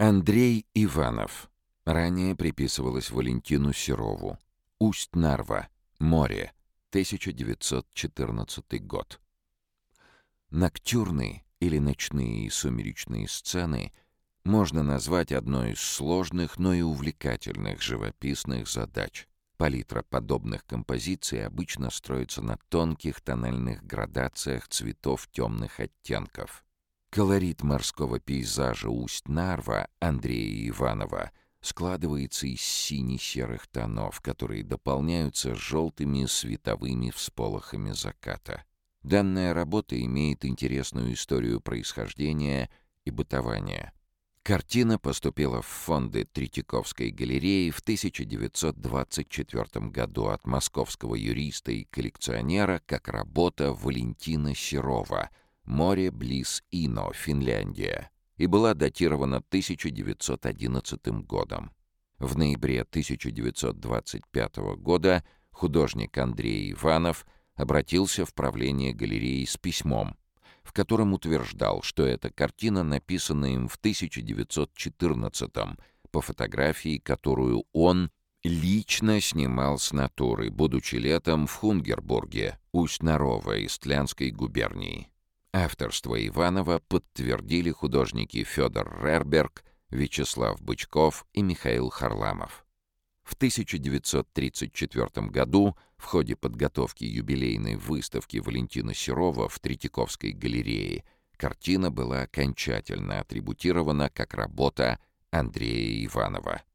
Андрей Иванов. Ранее приписывалось Валентину Серову. Усть-Нарва. Море. 1914 год. Ноктюрны или ночные и сумеречные сцены можно назвать одной из сложных, но и увлекательных живописных задач. Палитра подобных композиций обычно строится на тонких тональных градациях цветов темных оттенков. Колорит морского пейзажа Усть-Нарва Андрея Иванова складывается из сине-серых тонов, которые дополняются желтыми световыми всполохами заката. Данная работа имеет интересную историю происхождения и бытования. Картина поступила в фонды Третьяковской галереи в 1924 году от московского юриста и коллекционера как работа Валентина Серова «Море близ Ино, Финляндия» и была датирована 1911 годом. В ноябре 1925 года художник Андрей Иванов обратился в правление галереи с письмом, в котором утверждал, что эта картина написана им в 1914-м по фотографии, которую он лично снимал с натуры, будучи летом в Хунгербурге, Усть-Нарова, Истлянской губернии. Авторство Иванова подтвердили художники Федор Рерберг, Вячеслав Бычков и Михаил Харламов. В 1934 году в ходе подготовки юбилейной выставки Валентина Серова в Третьяковской галерее картина была окончательно атрибутирована как работа Андрея Иванова.